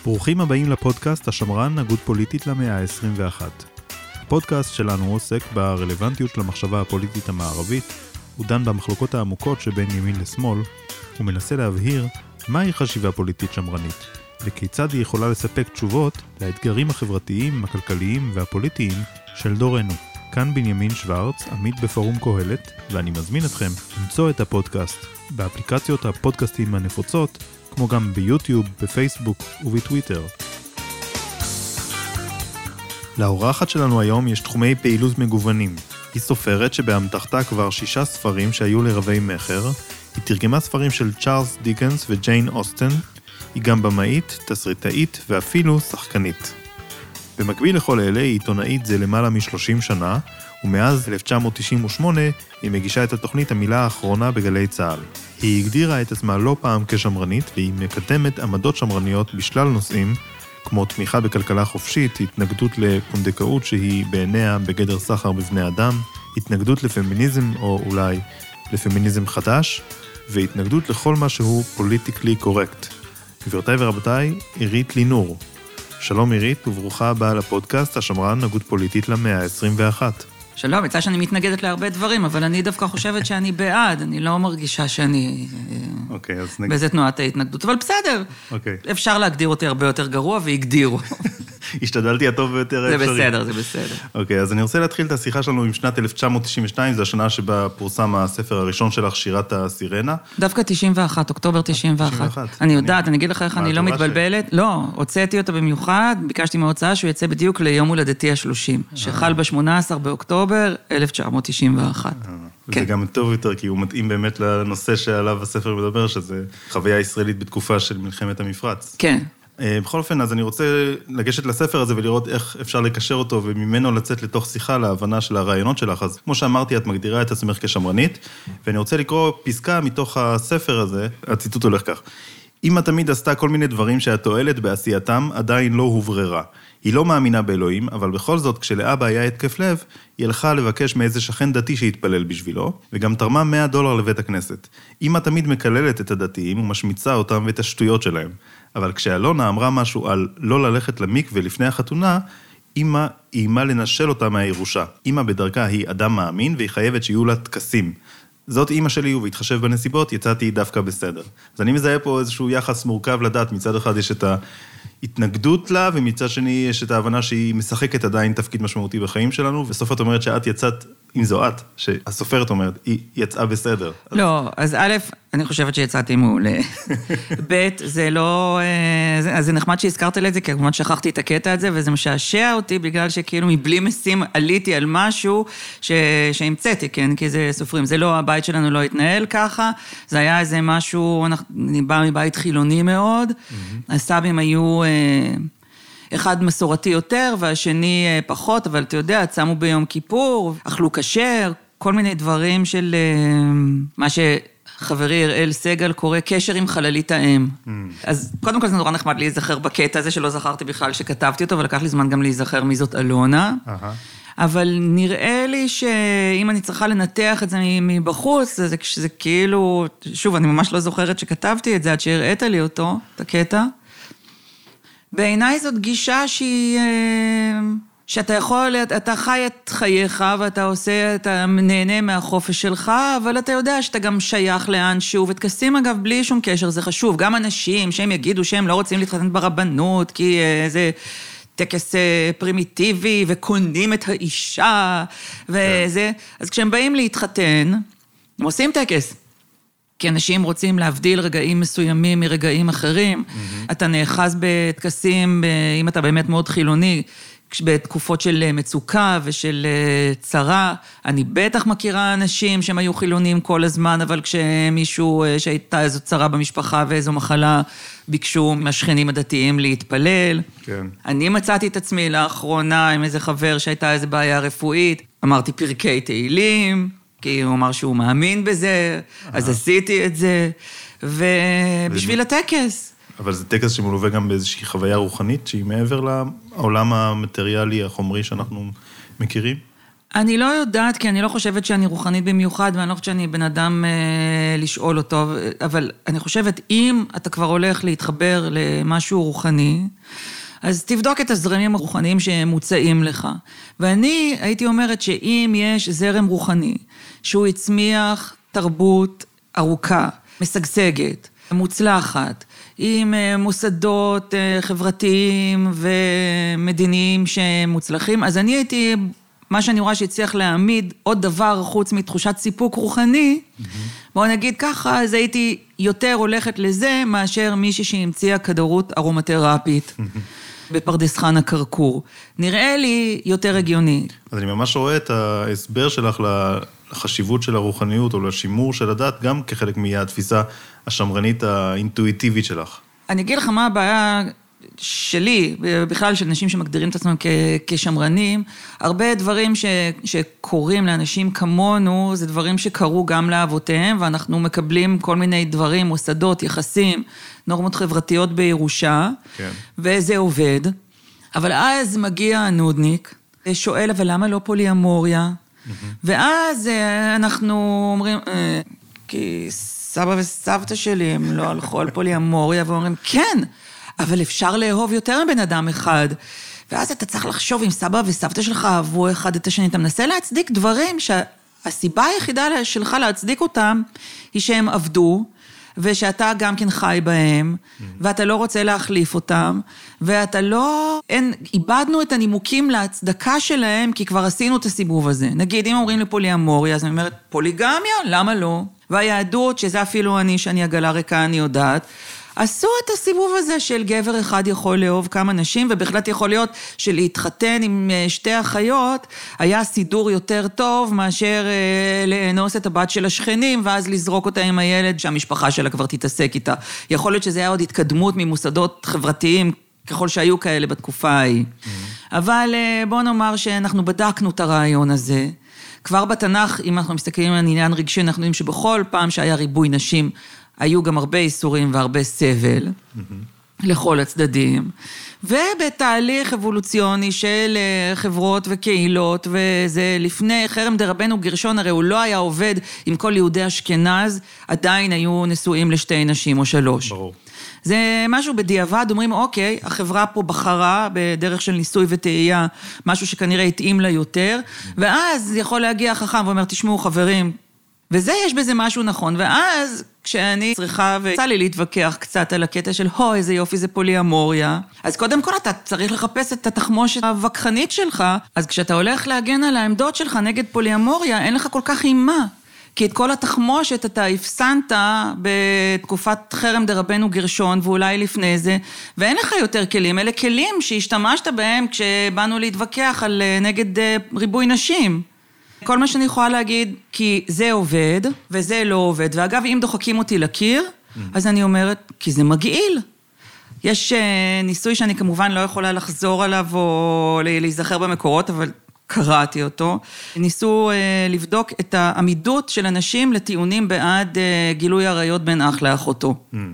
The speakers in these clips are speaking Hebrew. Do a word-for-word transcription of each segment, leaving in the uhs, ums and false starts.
ברוכים הבאים לפודקאסט השמרן, הגות פוליטית למאה ה-עשרים ואחת. הפודקאסט שלנו עוסק ברלוונטיות של המחשבה הפוליטית המערבית, הוא דן במחלוקות העמוקות שבין ימין לשמאל, ומנסה להבהיר מהי חשיבה פוליטית שמרנית, וכיצד היא יכולה לספק תשובות לאתגרים החברתיים, הכלכליים והפוליטיים של דורנו. כאן בנימין שוורץ, עמית בפורום קהלת, ואני מזמין אתכם למצוא את הפודקאסט באפליקציות הפודקאסטים הנפוצות, כמו גם ביוטיוב, בפייסבוק ובטוויטר. לאורחת שלנו היום יש תחומי פעילות מגוונים. היא סופרת שבאמתחתה כבר שישה ספרים שהיו לרבי מחר, היא תרגמה ספרים של צ'ארלס דיקנס וג'יין אוסטן, היא גם במאית, תסריטאית ואפילו שחקנית. במקביל לכל אלה היא עיתונאית זה למעלה מ-שלושים שנה, ומאז אלף תשע מאות תשעים ושמונה היא מגישה את התוכנית המילה האחרונה בגלי צה"ל. היא הגדירה את עצמה לא פעם כשמרנית, והיא מקדמת עמדות שמרניות בשלל נושאים, כמו תמיכה בכלכלה חופשית, התנגדות לפונדקאות שהיא בעיניה בגדר סחר בבני אדם, התנגדות לפמיניזם או אולי לפמיניזם חדש, והתנגדות לכל מה שהוא פוליטיקלי קורקט. גבירותיי ורבותיי, עירית לינור. שלום עירית וברוכה הבאה לפודקאסט השמרן, הגות פוליטית למאה ה-עשרים ואחת. שלום, יצא שאני מתנגדת להרבה דברים, אבל אני דווקא חושבת שאני בעד, אני לא מרגישה שאני אוקיי, אז נגיד. באיזה תנועת ההתנגדות, אבל בסדר. אוקיי. אפשר להגדיר אותי הרבה יותר גרוע, והגדירו. השתדלתי הטוב ביותר האפשרי. זה בסדר, זה בסדר. אוקיי, אז אני רוצה להתחיל את השיחה שלנו עם שנת אלף תשע מאות תשעים ושתיים, זו השנה שבה פורסם הספר הראשון שלך, שירת הסירנה. דווקא תשעים ואחת, אוקטובר תשעים ואחת. אני יודעת, אני אגיד לך איך אני לא מתבלבלת. לא, הוצאתי אותו במיוחד, ביקשתי מההוצאה שהוא יצא בדיוק ליום הולדתי השלושים, שחל ב-שמונה עשר באוקטובר אלף תשע מאות תשעים ואחת. זה גם טוב יותר, כי הוא מתאים באמת לנושא שעליו הספר מדבר, שזה חוויה ישראלית בתקופה של מלחמת המפרץ. כן. בכל אופן, אז אני רוצה לגשת לספר הזה ולראות איך אפשר לקשר אותו וממנו לצאת לתוך שיחה להבנה של הרעיונות שלך. אז כמו שאמרתי, את מגדירה את עצמך כשמרנית, ואני רוצה לקרוא פסקה מתוך הספר הזה, הציטוט הולך כך. אמא תמיד עשתה כל מיני דברים שהתועלת בעשייתם עדיין לא הובררה. היא לא מאמינה באלוהים, אבל בכל זאת, כשלאבא היה התקף לב, היא הלכה לבקש מאיזה שכן דתי שהתפלל בשבילו, וגם תרמה מאה דולר לבית הכנסת. אמא תמיד מקללת את הדתיים ומשמיצה אותם ואת השטויות שלהם. אבל כשאלונה אמרה משהו על לא ללכת למקווה לפני החתונה, אמא איימה לנשל אותה מהירושה. אמא בדרכה היא אדם מאמין והיא חייבת שיהיו לה טקסים. זאת אמא שלי, ובהתחשב בנסיבות, יצאתי דווקא בסדר. אז אני מזהה פה איזשהו יחס מורכב לדעת, מצד אחד יש את ההתנגדות לה, ומצד שני יש את ההבנה שהיא משחקת עדיין תפקיד משמעותי בחיים שלנו, וסופר את אומרת שאת יצאת, אם זו את, שהסופרת אומרת, היא יצאה בסדר. לא, אז א', אני חושבת שיצאתי מעולה. ב', זה לא, אז זה נחמד שהזכרת לי את זה, כי כמובן שכחתי את הקטע הזה, וזה משעשע אותי, בגלל שכאילו מבלי משים עליתי על משהו שהמצאתי, כן, כי זה סופרים. זה לא, הבית שלנו לא התנהל ככה, זה היה איזה משהו, אני באה מבית חילוני מאוד, הסבים היו אחד מסורתי יותר, והשני פחות, אבל אתה יודע, צמו ביום כיפור, אכלו כשר, כל מיני דברים של מה שחברי אראל סגל קורא קשר עם חללית האם. Mm. אז קודם כל זה נורא נחמד להיזכר בקטע הזה שלא זכרתי בכלל שכתבתי אותו, ולקח לי זמן גם להיזכר מי זאת אלונה. Uh-huh. אבל נראה לי שאם אני צריכה לנתח את זה מבחוץ, זה, זה כאילו, שוב, אני ממש לא זוכרת שכתבתי את זה, עד שהראית לי אותו, את הקטע. בעיניי זאת גישה שהיא, שאתה יכול, אתה חי את חייך, ואתה עושה, אתה נהנה מהחופש שלך, אבל אתה יודע שאתה גם שייך לאנשהו, וטקסים אגב, בלי שום קשר, זה חשוב. גם אנשים שהם יגידו שהם לא רוצים להתחתן ברבנות, כי זה טקס פרימיטיבי, וקונים את האישה, וזה. אז כשהם באים להתחתן, הם עושים טקס. כי אנשים רוצים להבדיל רגעים מסוימים מרגעים אחרים. Mm-hmm. אתה נאחז בטקסים, אם אתה באמת מאוד חילוני, בתקופות של מצוקה ושל צרה. אני בטח מכירה אנשים שהם היו חילונים כל הזמן, אבל כשמישהו שהייתה איזו צרה במשפחה ואיזו מחלה, ביקשו מהשכנים הדתיים להתפלל. כן. אני מצאתי את עצמי לאחרונה עם איזה חבר שהייתה איזו בעיה רפואית, אמרתי פרקי תהילים, כי הוא אמר שהוא מאמין בזה, אז עשיתי את זה, ובשביל הטקס. אבל זה טקס שמלווה גם באיזושהי חוויה רוחנית, שהיא מעבר לעולם המטריאלי, החומרי שאנחנו מכירים? אני לא יודעת, כי אני לא חושבת שאני רוחנית במיוחד, ואני לא חושבת שאני בן אדם אה, לשאול אותו, אבל אני חושבת, אם אתה כבר הולך להתחבר למשהו רוחני, אז תבדוק את הזרמים הרוחניים שמוצאים לך. ואני הייתי אומרת שאם יש זרם רוחני, שהוא הצמיח תרבות ארוכה, משגשגת, מוצלחת, עם מוסדות חברתיים ומדיניים שמוצלחים, אז אני הייתי, מה שאני רואה שהצליח להעמיד עוד דבר חוץ מתחושת סיפוק רוחני, mm-hmm. בואו נגיד ככה, אז הייתי יותר הולכת לזה מאשר מישהי שהמציאה כדרות ארומתרפית. Mm-hmm. בפרדס חנה קרקור. נראה לי יותר הגיוני. אז אני ממש רואה את ההסבר שלך לחשיבות של הרוחניות או לשימור של הדת, גם כחלק מהתפיסה השמרנית האינטואיטיבית שלך. אני אגיד לך מה הבעיה שלי, בכלל של אנשים שמגדירים את עצמם כשמרנים, הרבה דברים ש, שקורים לאנשים כמונו, זה דברים שקרו גם לאבותיהם, ואנחנו מקבלים כל מיני דברים, מוסדות, יחסים, נורמות חברתיות בירושה, כן. וזה עובד. אבל אז מגיע הנודניק, ושואל, אבל למה לא פוליאמוריה? Mm-hmm. ואז אנחנו אומרים, כי סבא וסבתא שלי הם לא הלכו על פוליאמוריה, ואומרים, כן, אבל אפשר לאהוב יותר מבן אדם אחד. ואז אתה צריך לחשוב אם סבא וסבתא שלך אהבו אחד את השני. אתה מנסה להצדיק דברים שהסיבה היחידה שלך להצדיק אותם היא שהם עבדו, ושאתה גם כן חי בהם, ואתה לא רוצה להחליף אותם, ואתה לא... אין, איבדנו את הנימוקים להצדקה שלהם, כי כבר עשינו את הסיבוב הזה. נגיד, אם אומרים לפוליאמוריה, אז אני אומרת, פוליגמיה? למה לא? והיהדות, שזה אפילו אני, שאני עגלה ריקה, אני יודעת, עשו את הסיבוב הזה של גבר אחד יכול לאהוב כמה נשים, ובכלל יכול להיות שלהתחתן עם שתי אחיות, היה סידור יותר טוב מאשר לאנוס את הבת של השכנים, ואז לזרוק אותה עם הילד שהמשפחה שלה כבר תתעסק איתה. יכול להיות שזה היה עוד התקדמות ממוסדות חברתיים, ככל שהיו כאלה בתקופה ההיא. אבל בוא נאמר שאנחנו בדקנו את הרעיון הזה. כבר בתנ"ך, אם אנחנו מסתכלים על עניין רגשי, אנחנו יודעים שבכל פעם שהיה ריבוי נשים, היו גם הרבה איסורים והרבה סבל, mm-hmm. לכל הצדדים, ובתהליך אבולוציוני של חברות וקהילות, וזה לפני חרם דרבנו גרשון, הרי הוא לא היה עובד עם כל יהודי אשכנז, עדיין היו נשואים לשתי נשים או שלוש. ברור. זה משהו בדיעבד, אומרים, אוקיי, החברה פה בחרה בדרך של ניסוי וטעייה, משהו שכנראה התאים לה יותר, mm-hmm. ואז יכול להגיע החכם ואומר, תשמעו חברים, וזה יש בזה משהו נכון, ואז כשאני צריכה ויצא לי להתווכח קצת על הקטע של, הו, איזה יופי זה פוליאמוריה, אז קודם כל אתה צריך לחפש את התחמושת הווכחנית שלך, אז כשאתה הולך להגן על העמדות שלך נגד פוליאמוריה, אין לך כל כך אימה, כי את כל התחמושת אתה הפסנת בתקופת חרם דרבנו גרשון, ואולי לפני זה, ואין לך יותר כלים, אלה כלים שהשתמשת בהם כשבאנו להתווכח על נגד ריבוי נשים. כל מה שאני יכולה להגיד, כי זה עובד, וזה לא עובד. ואגב, אם דוחקים אותי לקיר, אז אני אומרת, כי זה מגעיל. יש ניסוי שאני כמובן לא יכולה לחזור עליו, או להיזכר במקורות, אבל קראתי אותו. ניסו לבדוק את העמידות של אנשים לטיעונים בעד גילוי עריות בין אח לאחותו.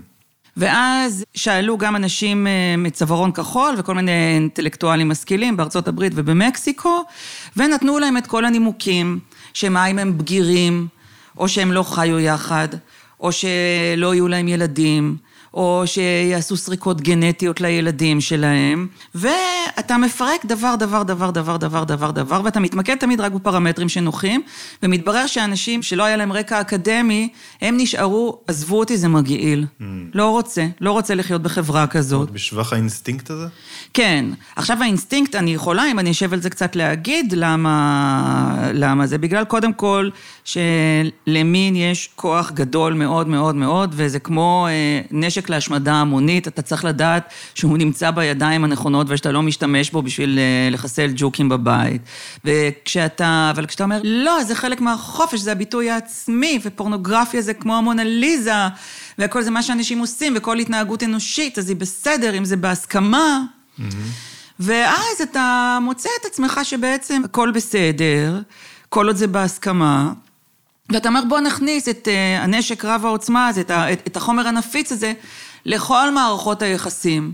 ואז שאלו גם אנשים מצווארון כחול וכל מיני אינטלקטואלים משכילים בארצות הברית ובמקסיקו, ונתנו להם את כל הנימוקים, שמה אם הם בגירים, או שהם לא חיו יחד, או שלא יהיו להם ילדים, או שיעשו סריקות גנטיות לילדים שלהם, ואתה מפרק דבר, דבר, דבר, דבר, דבר, דבר, דבר, ואתה מתמקד תמיד רק בפרמטרים שנוחים, ומתברר שאנשים שלא היה להם רקע אקדמי, הם נשארו, עזבו אותי, זה מגעיל. Mm. לא רוצה, לא רוצה לחיות בחברה כזאת. בשבח האינסטינקט הזה? כן. עכשיו האינסטינקט, אני יכולה, אם אני אשב על זה קצת להגיד, למה, למה זה? בגלל קודם כל, שלמין יש כוח גדול מאוד מאוד מאוד, וזה כמו אה, נשק להשמדה המונית, אתה צריך לדעת שהוא נמצא בידיים הנכונות, ושאתה לא משתמש בו בשביל לחסל ג'וקים בבית. וכשאתה, אבל כשאתה אומר, לא, זה חלק מהחופש, זה הביטוי העצמי, ופורנוגרפיה זה כמו המונליזה, וכל זה מה שאנשים עושים, וכל התנהגות אנושית, אז היא בסדר, אם זה בהסכמה. Mm-hmm. ואז אתה מוצא את עצמך שבעצם הכל בסדר, כל עוד זה בהסכמה, ואתה אומר, בוא נכניס את uh, הנשק רב העוצמה הזה, את, את, את החומר הנפיץ הזה, לכל מערכות היחסים.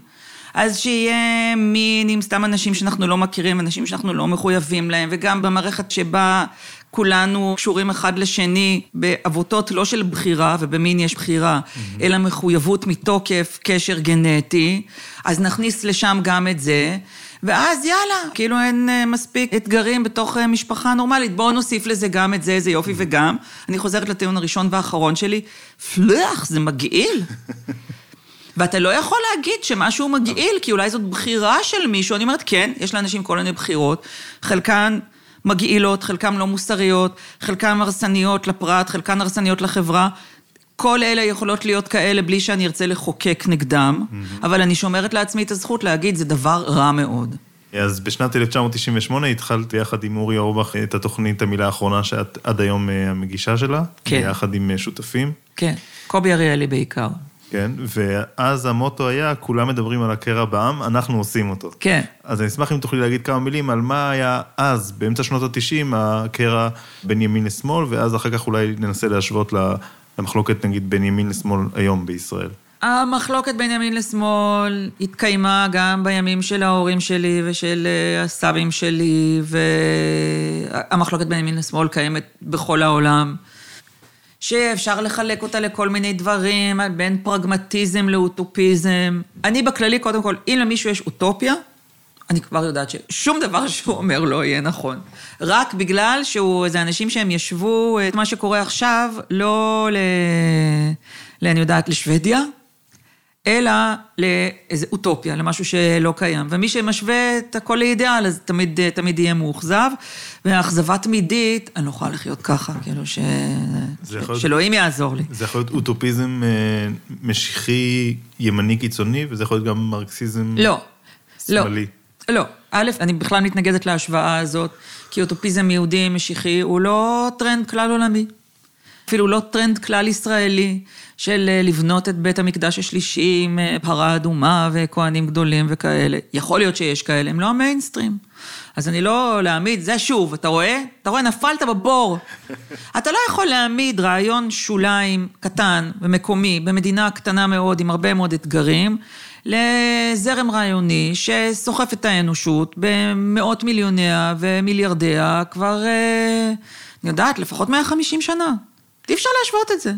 אז שיהיה מין עם סתם אנשים שאנחנו לא מכירים, אנשים שאנחנו לא מחויבים להם, וגם במערכת שבה כולנו קשורים אחד לשני בעבותות לא של בחירה, ובמין יש בחירה, mm-hmm. אלא מחויבות מתוקף קשר גנטי, אז נכניס לשם גם את זה, ואז יאללה, כאילו אין מספיק אתגרים בתוך משפחה נורמלית, בואו נוסיף לזה גם את זה, זה יופי וגם. אני חוזרת לטיעון הראשון והאחרון שלי, פלח, זה מגעיל. ואתה לא יכול להגיד שמשהו מגעיל, כי אולי זאת בחירה של מישהו. אני אומרת, כן, יש לאנשים כל מיני בחירות, חלקן מגעילות, חלקן לא מוסריות, חלקן הרסניות לפרט, חלקן הרסניות לחברה. כל אלה יכולות להיות כאלה בלי שאני ארצה לחוקק נגדם, mm-hmm. אבל אני שומרת לעצמי את הזכות להגיד, זה דבר רע מאוד. אז בשנת אלף תשע מאות תשעים ושמונה התחלת יחד עם אורי אורבך את התוכנית המילה האחרונה שאת עד היום המגישה שלה, כן. יחד עם שותפים. כן, קובי אריאלי בעיקר. כן, ואז המוטו היה, כולם מדברים על הקרע בעם, אנחנו עושים אותו. כן. אז אני אשמח אם תוכלי להגיד כמה מילים על מה היה אז, באמצע שנות ה-תשעים, הקרע בין ימין לשמאל, ואז אחר כך אולי ננסה להשוות למחלוקת, נגיד, בין ימין לשמאל היום בישראל. המחלוקת בין ימין לשמאל התקיימה גם בימים של ההורים שלי ושל הסבים שלי, והמחלוקת בין ימין לשמאל קיימת בכל העולם. שאפשר לחלק אותה לכל מיני דברים, בין פרגמטיזם לאוטופיזם. אני בכללי, קודם כל, אם למישהו יש אוטופיה, אני כבר יודעת ששום דבר שהוא אומר לא יהיה נכון. רק בגלל שהוא, זה אנשים שהם ישבו, את מה שקורה עכשיו, לא ל... ל... אני יודעת, לשוודיה, אלא לאיזו אוטופיה, למשהו שלא קיים. ומי שמשווה את הכל לאידיאל, אז תמיד, תמיד יהיה מאוכזב, והאכזבה תמידית, אני לא יכולה לחיות ככה, כאילו ש... שאלוהים יעזור לי. זה יכול להיות אוטופיזם משיחי ימני קיצוני, וזה יכול להיות גם מרקסיזם לא, שמאלי. לא, לא. א', אני בכלל מתנגדת להשוואה הזאת, כי אוטופיזם יהודי משיחי הוא לא טרנד כלל עולמי. אפילו לא טרנד כלל ישראלי, של לבנות את בית המקדש השלישי עם פרה אדומה וכהנים גדולים וכאלה. יכול להיות שיש כאלה, הם לא המיינסטרים. אז אני לא להעמיד, זה שוב, אתה רואה? אתה רואה, נפלת בבור. אתה לא יכול להעמיד רעיון שוליים קטן ומקומי, במדינה קטנה מאוד, עם הרבה מאוד אתגרים, לזרם רעיוני שסוחף את האנושות במאות מיליוניה ומיליארדיה, כבר, אני יודעת, לפחות מאה וחמישים שנה. אי אפשר להשוות את זה.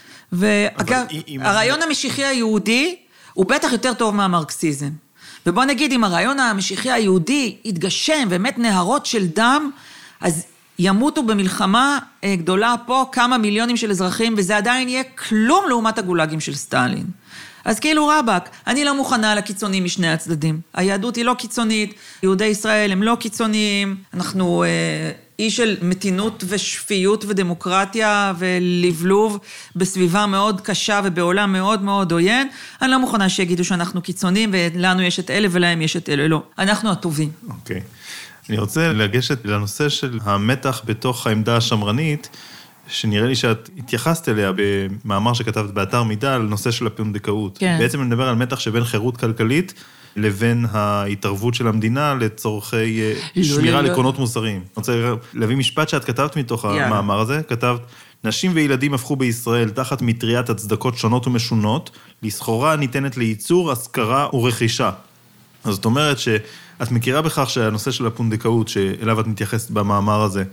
ואגב, הרעיון המשיחי היהודי הוא בטח יותר טוב מהמרקסיזם. ובוא נגיד, אם הרעיון המשיחי היהודי יתגשם באמת נהרות של דם, אז ימותו במלחמה גדולה פה כמה מיליונים של אזרחים, וזה עדיין יהיה כלום לעומת הגולגים של סטלין. אז כאילו רבק, אני לא מוכנה לקיצונים משני הצדדים. היהדות היא לא קיצונית, יהודי ישראל הם לא קיצוניים, אנחנו... אי של מתינות ושפיות ודמוקרטיה ולבלוב בסביבה מאוד קשה ובעולם מאוד מאוד עוין, אני לא מוכנה שיגידו שאנחנו קיצונים ולנו יש את אלה ולהם יש את אלה, לא. אנחנו הטובים. אוקיי. אני רוצה לגשת לנושא של המתח בתוך העמדה השמרנית, שנראה לי שאת התייחסת אליה במאמר שכתבת באתר מידע על נושא של הפונדקאות. כן. בעצם אני מדבר על מתח שבין חירות כלכלית לבין ההתערבות של המדינה לצורכי שמירה על עקרונות מוסריים. אני רוצה להביא משפט שאת כתבת מתוך המאמר הזה, כתבת, נשים וילדים הפכו בישראל תחת מטריית הצדקות שונות ומשונות, לסחורה ניתנת לייצור, השכרה ורכישה. אז זאת אומרת שאת מכירה בכך שהנושא של הפונדקאות, שאליו את מתייחסת במאמר הזה,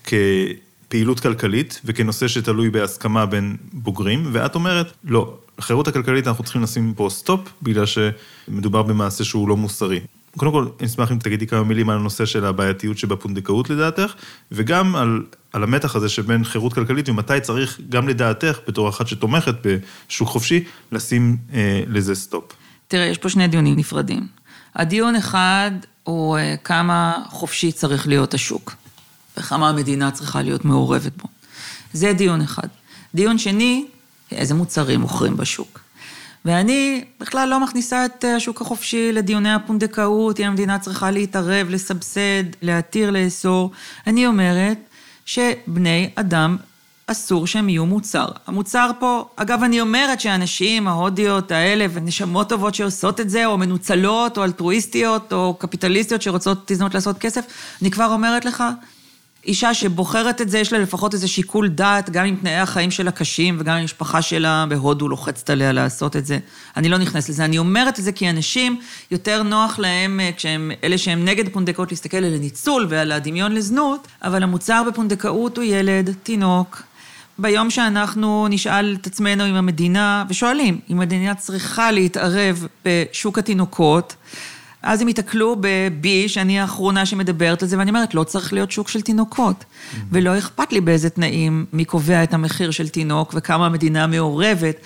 כפעילות כלכלית, וכנושא שתלוי בהסכמה בין בוגרים, ואת אומרת, לא, לחירות הכלכלית אנחנו צריכים לשים פה סטופ, בגלל שמדובר במעשה שהוא לא מוסרי. קודם כל, אני אשמח אם תגידי כמה מילים על הנושא של הבעייתיות שבפונדקאות לדעתך, וגם על, על המתח הזה שבין חירות כלכלית, ומתי צריך גם לדעתך, בתור אחת שתומכת בשוק חופשי, לשים אה, לזה סטופ. תראה, יש פה שני דיונים נפרדים. הדיון אחד הוא אה, כמה חופשי צריך להיות השוק, וכמה המדינה צריכה להיות מעורבת בו. זה דיון אחד. דיון שני, איזה מוצרים מוכרים בשוק. ואני בכלל לא מכניסה את השוק החופשי לדיוני הפונדקאות, אם המדינה צריכה להתערב, לסבסד, להתיר, לאסור. אני אומרת שבני אדם אסור שהם יהיו מוצר. המוצר פה, אגב, אני אומרת שאנשים, ההודיות האלה, ונשמות טובות שעושות את זה, או מנוצלות, או אלטרואיסטיות, או קפיטליסטיות שרוצות תזנות לעשות כסף, אני כבר אומרת לך, אישה שבוחרת את זה, יש לה לפחות איזה שיקול דעת, גם עם תנאי החיים שלה קשים, וגם עם המשפחה שלה בהודו לוחצת עליה לעשות את זה. אני לא נכנס לזה. אני אומרת את זה כי אנשים יותר נוח להם, כשהם, אלה שהם נגד פונדקאות, להסתכל על הניצול ועל הדמיון לזנות, אבל המוצר בפונדקאות הוא ילד, תינוק. ביום שאנחנו נשאל את עצמנו עם המדינה, ושואלים, אם המדינה צריכה להתערב בשוק התינוקות, אז הם יתקלו בי, שאני האחרונה שמדברת על זה, ואני אומרת, לא צריך להיות שוק של תינוקות, ולא אכפת לי באיזה תנאים, מי קובע את המחיר של תינוק, וכמה המדינה מעורבת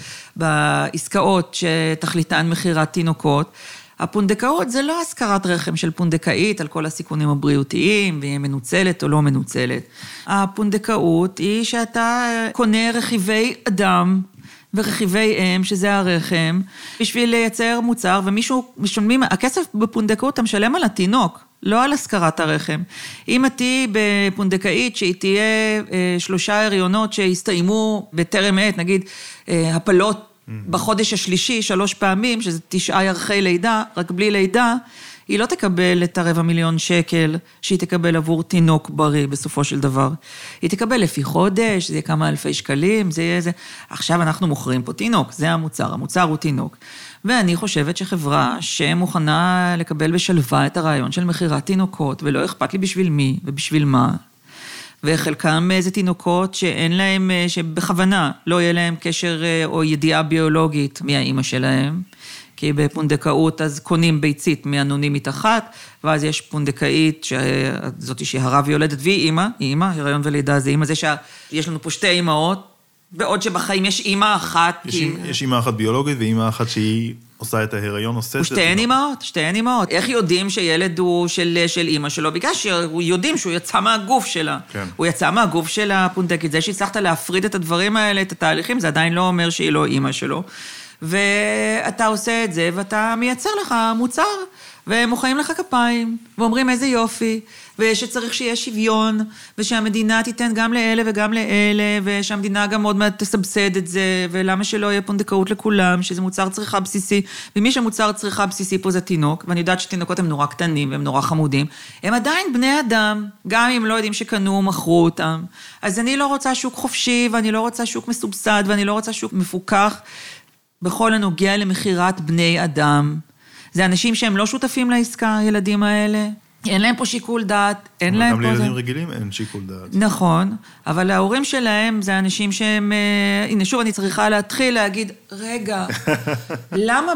בעסקאות שתכליתן מחירת תינוקות. הפונדקאות זה לא הזכרת רחם של פונדקאית, על כל הסיכונים הבריאותיים, והיא מנוצלת או לא מנוצלת. הפונדקאות היא שאתה קונה רכיבי אדם, ורכיבי אם, שזה הרחם, בשביל לייצר מוצר, ומישהו משלמים, הכסף בפונדקאות אתה משלם על התינוק, לא על הזכרת הרחם. אם את תהיי בפונדקאית שהיא תהיה שלושה הריונות שהסתיימו בטרם עת, נגיד הפלות בחודש השלישי שלוש פעמים, שזה תשעה ירחי לידה, רק בלי לידה, היא לא תקבל את הרבע מיליון שקל שהיא תקבל עבור תינוק בריא בסופו של דבר. היא תקבל לפי חודש, זה יהיה כמה אלפי שקלים, זה יהיה זה. עכשיו אנחנו מוכרים פה תינוק, זה המוצר, המוצר הוא תינוק. ואני חושבת שחברה שמוכנה לקבל בשלווה את הרעיון של מחירת תינוקות, ולא אכפת לי בשביל מי ובשביל מה, וחלקם זה תינוקות שאין להם, שבכוונה לא יהיה להם קשר או ידיעה ביולוגית מהאימא שלהם, כי בפונדקאות אז קונים ביצית מאנונימית אחת, ואז יש פונדקאית שזאת שהרב יולדת, והיא אימא, היא אימא, הריון ולידה זה אימא, זה שיש לנו פה שתי אימהות, בעוד שבחיים יש אימא אחת. יש, כי... יש אימא אחת ביולוגית ואימא אחת שהיא עושה את ההיריון, עושה את זה. ושתיהן אימהות, שתיהן אימהות. איך יודעים שילד הוא של, של אימא שלו? בגלל שיודעים שהוא יצא מהגוף שלה. כן. הוא יצא מהגוף של הפונדקית. זה שהצלחת להפריד את הדברים האלה, את התהליכים, זה עדיין לא אומר שהיא לא אימא שלו. ואתה עושה את זה, ואתה מייצר לך מוצר, ומוחאים לך כפיים, ואומרים איזה יופי, ושצריך שיהיה שוויון, ושהמדינה תיתן גם לאלה וגם לאלה, ושהמדינה גם עוד מעט תסבסד את זה, ולמה שלא יהיה פונדקאות לכולם, שזה מוצר צריכה בסיסי, ומי שמוצר צריכה בסיסי פה זה תינוק, ואני יודעת שתינוקות הם נורא קטנים, והם נורא חמודים, הם עדיין בני אדם, גם אם לא יודעים שקנו או מכרו אותם, אז אני לא רוצה שוק חופשי, ואני לא רוצה שוק מסובסד, ואני לא רוצה שוק מפוקח, בכל הנוגע למחירת בני אדם. זה אנשים שהם לא שותפים לעסקה, הילדים האלה. אין להם פה שיקול דעת, אין להם פה... גם לילדים רגילים אין שיקול דעת. נכון, אבל ההורים שלהם זה אנשים שהם... הנה, שוב, אני צריכה להתחיל להגיד, רגע, למה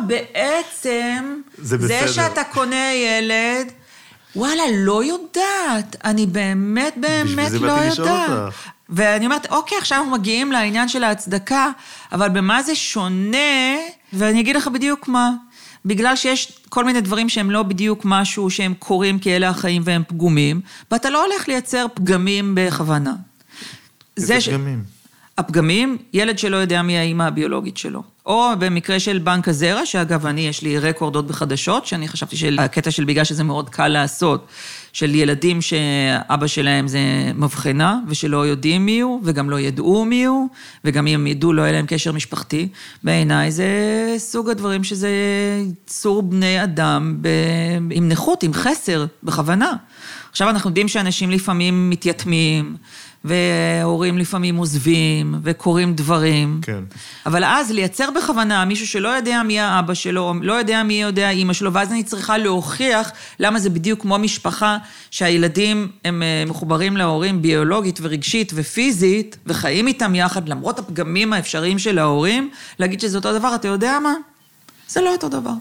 בעצם זה, זה שאתה קונה ילד, וואלה, לא יודעת, אני באמת, באמת לא יודעת. ואני אומרת, אוקיי, עכשיו אנחנו מגיעים לעניין של ההצדקה, אבל במה זה שונה, ואני אגיד לך בדיוק מה. בגלל שיש כל מיני דברים שהם לא בדיוק משהו שהם קורים כי אלה החיים והם פגומים, ואתה לא הולך לייצר פגמים בכוונה. איזה פגמים? הפגמים, ילד שלא יודע מי האמא הביולוגית שלו. או במקרה של בנק הזרע, שאגב, אני, יש לי רקורדות בחדשות, שאני חשבתי שהקטע של בגלל שזה מאוד קל לעשות, של ילדים שאבא שלהם זה מבחנה, ושלא יודעים מי הוא, וגם לא ידעו מי הוא, וגם אם ידעו, לא יהיה להם קשר משפחתי. בעיניי זה סוג הדברים שזה צור בני אדם, ב... עם נכות, עם חסר, בכוונה. עכשיו אנחנו יודעים שאנשים לפעמים מתייתמים, והורים לפעמים עוזבים, וקוראים דברים. כן. אבל אז לייצר בכוונה מישהו שלא יודע מי האבא שלו, לא יודע מי יודע האמא שלו, ואז אני צריכה להוכיח למה זה בדיוק כמו משפחה, שהילדים הם מחוברים להורים ביולוגית ורגשית ופיזית, וחיים איתם יחד, למרות הפגמים האפשריים של ההורים, להגיד שזה אותו דבר, אתה יודע מה? זה לא אותו דבר.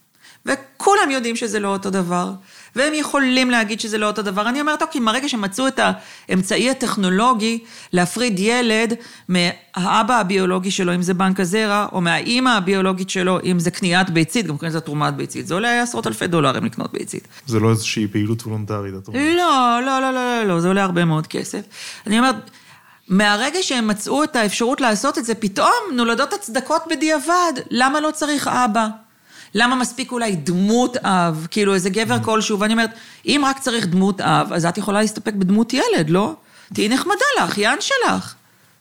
וכולם יודעים שזה לא אותו דבר, והם יכולים להגיד שזה לא אותו דבר. אני אומרת, אוקיי, מהרגע שמצאו את האמצעי הטכנולוגי להפריד ילד מהאבא הביולוגי שלו, אם זה בנק הזרע, או מהאימא הביולוגית שלו, אם זה קניית ביצית, גם קניית תרומת ביצית. זה עולה עשרות אלפי דולרים לקנות ביצית. זה לא איזושהי פעילות וולונטרית, את אומרת? לא, לא, לא, לא, לא, זה עולה הרבה מאוד כסף. אני אומרת, מהרגע שהם מצאו את האפשרות לעשות את זה, פתאום נולדות הצדקות בדיעבד. למה לא צריך אבא? למה מספיק אולי דמות אב, כאילו איזה גבר כלשהו, ואני אומרת, אם רק צריך דמות אב, אז את יכולה להסתפק בדמות ילד, לא? תהי נחמדה לך, יען שלך.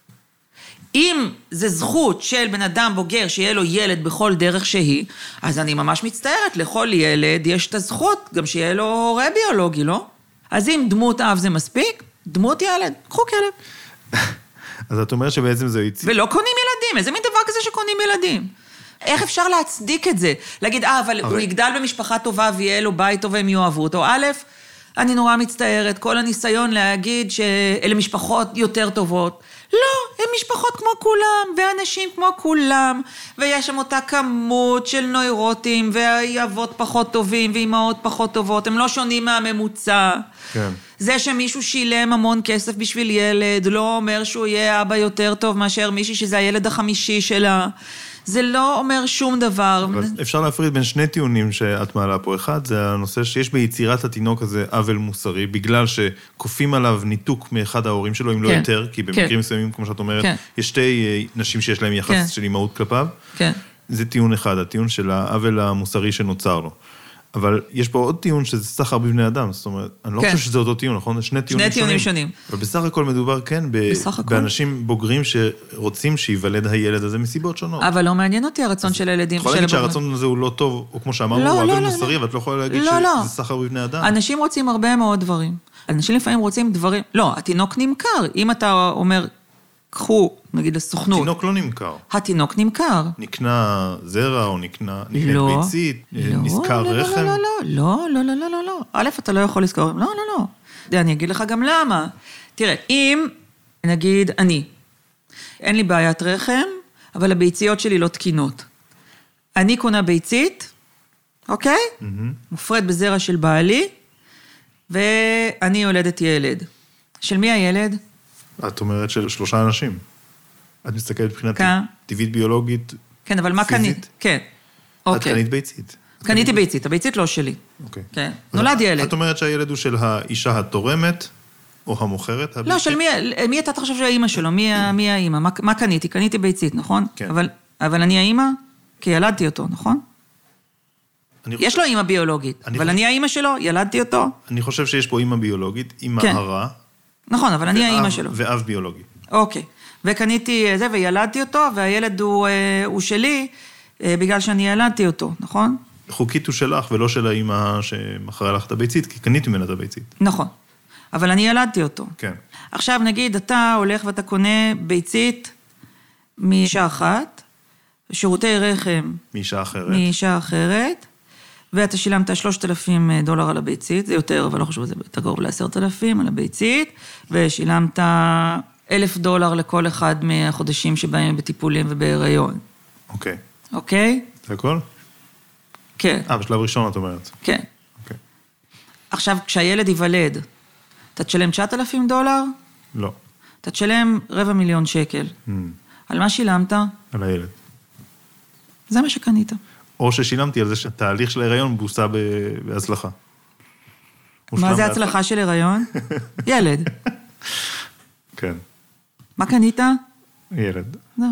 אם זה זכות של בן אדם בוגר שיהיה לו ילד בכל דרך שהיא, אז אני ממש מצטערת, לכל ילד יש את הזכות, גם שיהיה לו הורה ביולוגי, לא? אז אם דמות אב זה מספיק, דמות ילד, קחו כלב. אז את אומרת שבעצם זה יציב. ולא קונים ילדים, איזה מין דבר כזה שקונים ילדים? איך אפשר להצדיק את זה? להגיד, אה, אבל הוא יגדל במשפחה טובה ויהיה לו בית טוב והם יאהבו אותו. א', אני נורא מצטערת, כל הניסיון להגיד שאלה משפחות יותר טובות. לא, הם משפחות כמו כולם, ואנשים כמו כולם, ויש שם אותה כמות של נוירוטים, ואבות פחות טובים, ואימהות פחות טובות, הם לא שונים מהממוצע. כן. זה שמישהו שילם המון כסף בשביל ילד, לא אומר שהוא יהיה אבא יותר טוב מאשר מישהי שזה הילד החמישי שלה. זה לא אומר שום דבר. אפשר להפריד בין שני טיעונים שאת מעלה פה. אחד, זה הנושא שיש ביצירת התינוק הזה עוול מוסרי, בגלל שכופים עליו ניתוק מאחד ההורים שלו, אם לא יותר, כי במקרים מסוימים, כמו שאת אומרת, יש שתי נשים שיש להם יחס של אימהות כלפיו. זה טיעון אחד, הטיעון של העוול המוסרי שנוצר לו. אבל יש פה עוד טיעון שזה סחר בבני אדם, זאת אומרת, אני לא חושב שזה אותו טיעון, נכון? זה שני טיעונים שונים. שני טיעונים שונים. אבל בסך הכל מדובר, כן, באנשים בוגרים שרוצים שיוולד הילד הזה מסיבות שונות. אבל לא מעניין אותי הרצון של הילדים. יכול להגיד שהרצון הזה הוא לא טוב, או כמו שאמרנו, הוא עוול מוסרי, ואת לא יכולה להגיד שזה סחר בבני אדם. אנשים רוצים הרבה מאוד דברים. אנשים לפעמים רוצים דברים, לא, התינוק נמכר. אם אתה אומר, קחו, נגיד לסוכנות. התינוק לא נמכר. התינוק נמכר. נקנה זרע או נקנה ביצית, נזכר רחם. לא, לא, לא, לא, לא, לא, לא. א', אתה לא יכול לזכור. לא, לא, לא. אני אגיד לך גם למה. תראה, אם, נגיד, אני, אין לי בעיית רחם, אבל הביציות שלי לא תקינות. אני קונה ביצית, אוקיי? מופרד בזרע של בעלי, ואני יולדת ילד. של מי הילד? את אומרת של שלושה אנשים. את מסתכלת מבחינת טבעית ביולוגית. כן, אבל מה קנית? כן. את קנית ביצית. קניתי ביצית, הביצית לא שלי. אוקיי. כן. נולד ילד. את אומרת שהילד הוא של האישה התורמת, או המוכרת? לא, של מי, מי אתה חושב שהאימא שלו? מי האימא? מה קניתי? קניתי ביצית, נכון? כן. אבל אני האימא, כי ילדתי אותו, נכון? יש לו אימא ביולוגית, אבל אני האימא שלו, ילדתי אותו. אני חושב שיש פה אימא ביולוגית, אימא הרע. נכון, אבל אני האימא שלו. ואב ביולוגי. אוקיי. וקניתי זה, וילדתי אותו, והילד הוא, הוא שלי, בגלל שאני ילדתי אותו, נכון? חוקית הוא שלך, ולא של האימא שמכרה לך את הביצית, כי קניתי ממנה את הביצית. נכון. אבל אני ילדתי אותו. כן. עכשיו נגיד, אתה הולך ואתה קונה ביצית מאישה אחת, שירותי רחם. מאישה אחרת. מאישה אחרת, ואתה שילמת שלושת אלפים דולר על הביצית, זה יותר, אבל לא חשוב, זה תקרוב לעשרת אלפים על הביצית, ושילמת אלף דולר לכל אחד מהחודשים שבהם בטיפולים ובהיריון. אוקיי. אוקיי? זה הכל? כן. אה, בשלב ראשון את אומרת. כן. אוקיי. עכשיו, כשהילד ייוולד, אתה תשלם תשעת אלפים דולר? לא. אתה תשלם רבע מיליון שקל. Mm. על מה שילמת? על הילד. זה מה שקנית. או ששילמתי על זה שהתהליך של ההיריון בוסה בהצלחה. מה זה הצלחה של הריון? ילד. כן. מה קנית? ילד. לא.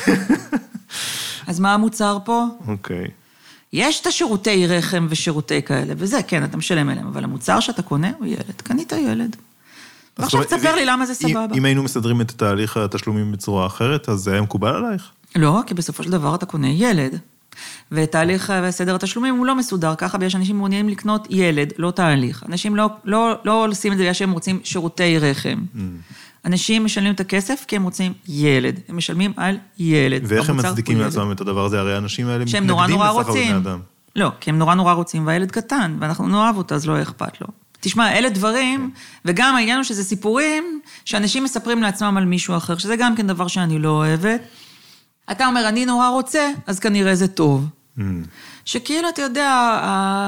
אז מה המוצר פה? אוקיי. יש את השירותי רחם ושירותי כאלה, וזה, כן, אתה משלם אליהם, אבל המוצר שאתה קונה הוא ילד. קנית ילד. ועכשיו תספר לי למה זה סבבה. אם היינו מסדרים את התהליך התשלומים בצורה אחרת, אז זה היה מקובל עלייך? לא, כי בסופו של דבר אתה קונה ילד. ותהליך וסדר התשלומים הוא לא מסודר, ככה ויש אנשים מעוניינים לקנות ילד, לא תהליך. אנשים לא, לא, לא עושים את זה בגלל שהם רוצים שירותי רחם. Mm. אנשים משלמים את הכסף כי הם רוצים ילד. הם משלמים על ילד. ואיך הם מצדיקים לעצמם את הדבר הזה? הרי האנשים האלה מתנגדים נורא נורא רוצים. לא, כי הם נורא נורא רוצים, והילד קטן, ואנחנו נאהב אותה, אז לא אכפת לו. תשמע, אלה דברים, וגם העניין הוא שזה סיפורים שאנשים מספרים לעצמם על מישהו אחר, שזה גם כן דבר שאני לא אוהבת. אתה אומר, אני נורא רוצה, אז כנראה זה טוב. Mm. שכאילו, אתה יודע,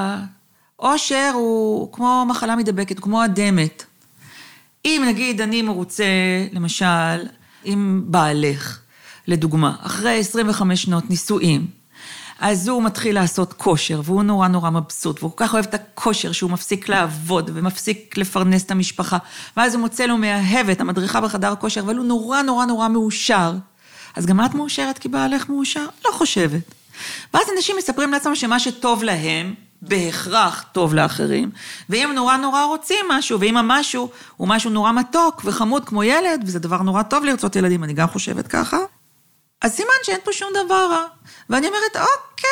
האושר הוא כמו מחלה מדבקת, כמו אדמת. אם נגיד אני מרוצה, למשל, עם בעלך, לדוגמה, אחרי עשרים וחמש שנות נישואים, אז הוא מתחיל לעשות כושר, והוא נורא נורא מבסוט, והוא כל כך אוהב את הכושר, שהוא מפסיק לעבוד, ומפסיק לפרנס את המשפחה, ואז הוא מוצא לו מאהבת, המדריכה בחדר כושר, אבל הוא נורא נורא נורא מאושר. אז גם את מאושרת כי בעלך מאושר? לא חושבת. ואז אנשים מספרים לעצמם שמה שטוב להם, בהכרח טוב לאחרים, ואם נורא נורא רוצים משהו, ואם המשהו הוא משהו נורא מתוק וחמוד כמו ילד, וזה דבר נורא טוב לרצות ילדים, אני גם חושבת ככה, אז סימן שאין פה שום דבר רע. ואני אומרת, אוקיי,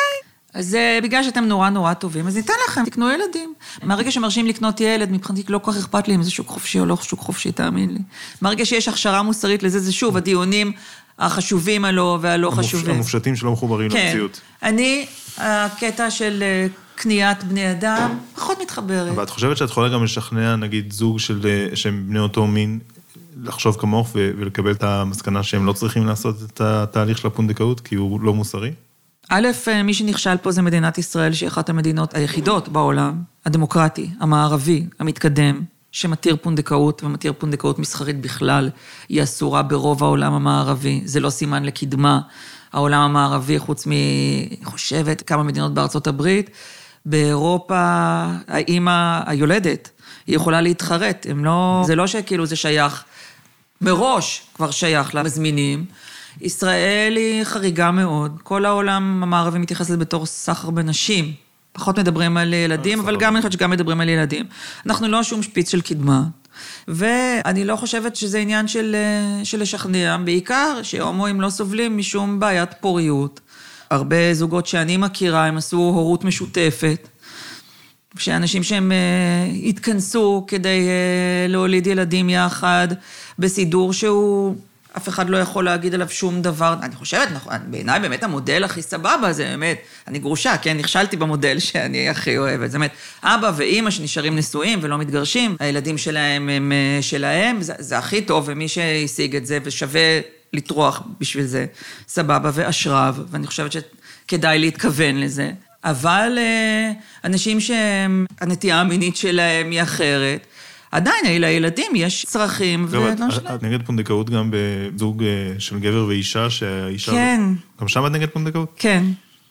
אז בגלל שאתם נורא נורא טובים, אז ניתן לכם, תקנו ילדים. מהרגע שמרשים לקנות ילד, מבחינתי לא כל כך אכפת לי אם זה שוק חופשי או לא שוק חופשי, תאמין לי. מהרגע שיש הכשרה מוסרית לזה, זה שוב, הדיונים החשובים הלא והלא חשובים. המופשטים שלא מחוברים למציאות. כן. אני, הקטע של קניית בני אדם, פחות מתחברת. אבל את חושבת שאת יכולה גם לשכנע, נגיד, זוג של, שהם בני אותו מין, לחשוב כמוך ולקבל את המסקנה שהם לא צריכים לעשות את התהליך של הפונדקאות, כי הוא לא מוסרי? א', מי שנכשל פה זה מדינת ישראל, שהיא אחת המדינות היחידות בעולם, הדמוקרטי, המערבי, המתקדם, שמתיר פונדקאות ומתיר פונדקאות מסחרית בכלל, היא אסורה ברוב העולם המערבי, זה לא סימן לקדמה. העולם המערבי, חוץ מ... אני חושבת, כמה מדינות בארצות הברית, באירופה, האמא היולדת, היא יכולה להתחרט, הם לא... זה לא שכאילו זה שייך, מראש כבר שייך למזמינים, ישראל היא חריגה מאוד, כל העולם המערבי מתייחס לזה בתור סחר בנשים, פחות מדברים על ילדים, אבל גם אני חושבת שגם מדברים על ילדים. אנחנו לא שום שפיץ של קדמה, ואני לא חושבת שזה עניין של, של לשכנע, בעיקר שהומואים לא סובלים משום בעיית פוריות. הרבה זוגות שאני מכירה, הם עשו הורות משותפת, שאנשים שהם התכנסו כדי להוליד ילדים יחד, בסידור שהוא... אף אחד לא יכול להגיד עליו שום דבר. אני חושבת, נכון, בעיניי באמת המודל הכי סבבה, זה באמת, אני גרושה, כן, נכשלתי במודל שאני הכי אוהבת. זאת אומרת, אבא ואמא שנשארים נשואים ולא מתגרשים, הילדים שלהם הם שלהם, זה, זה הכי טוב, ומי שהשיג את זה ושווה לטרוח בשביל זה, סבבה ואשרב, ואני חושבת שכדאי להתכוון לזה. אבל אנשים שהנטייה המינית שלהם היא אחרת, עדיין, לילדים יש צרכים. את נגד פונדקאות גם בזוג של גבר ואישה, שהאישה... כן. גם שם את נגד פונדקאות? כן.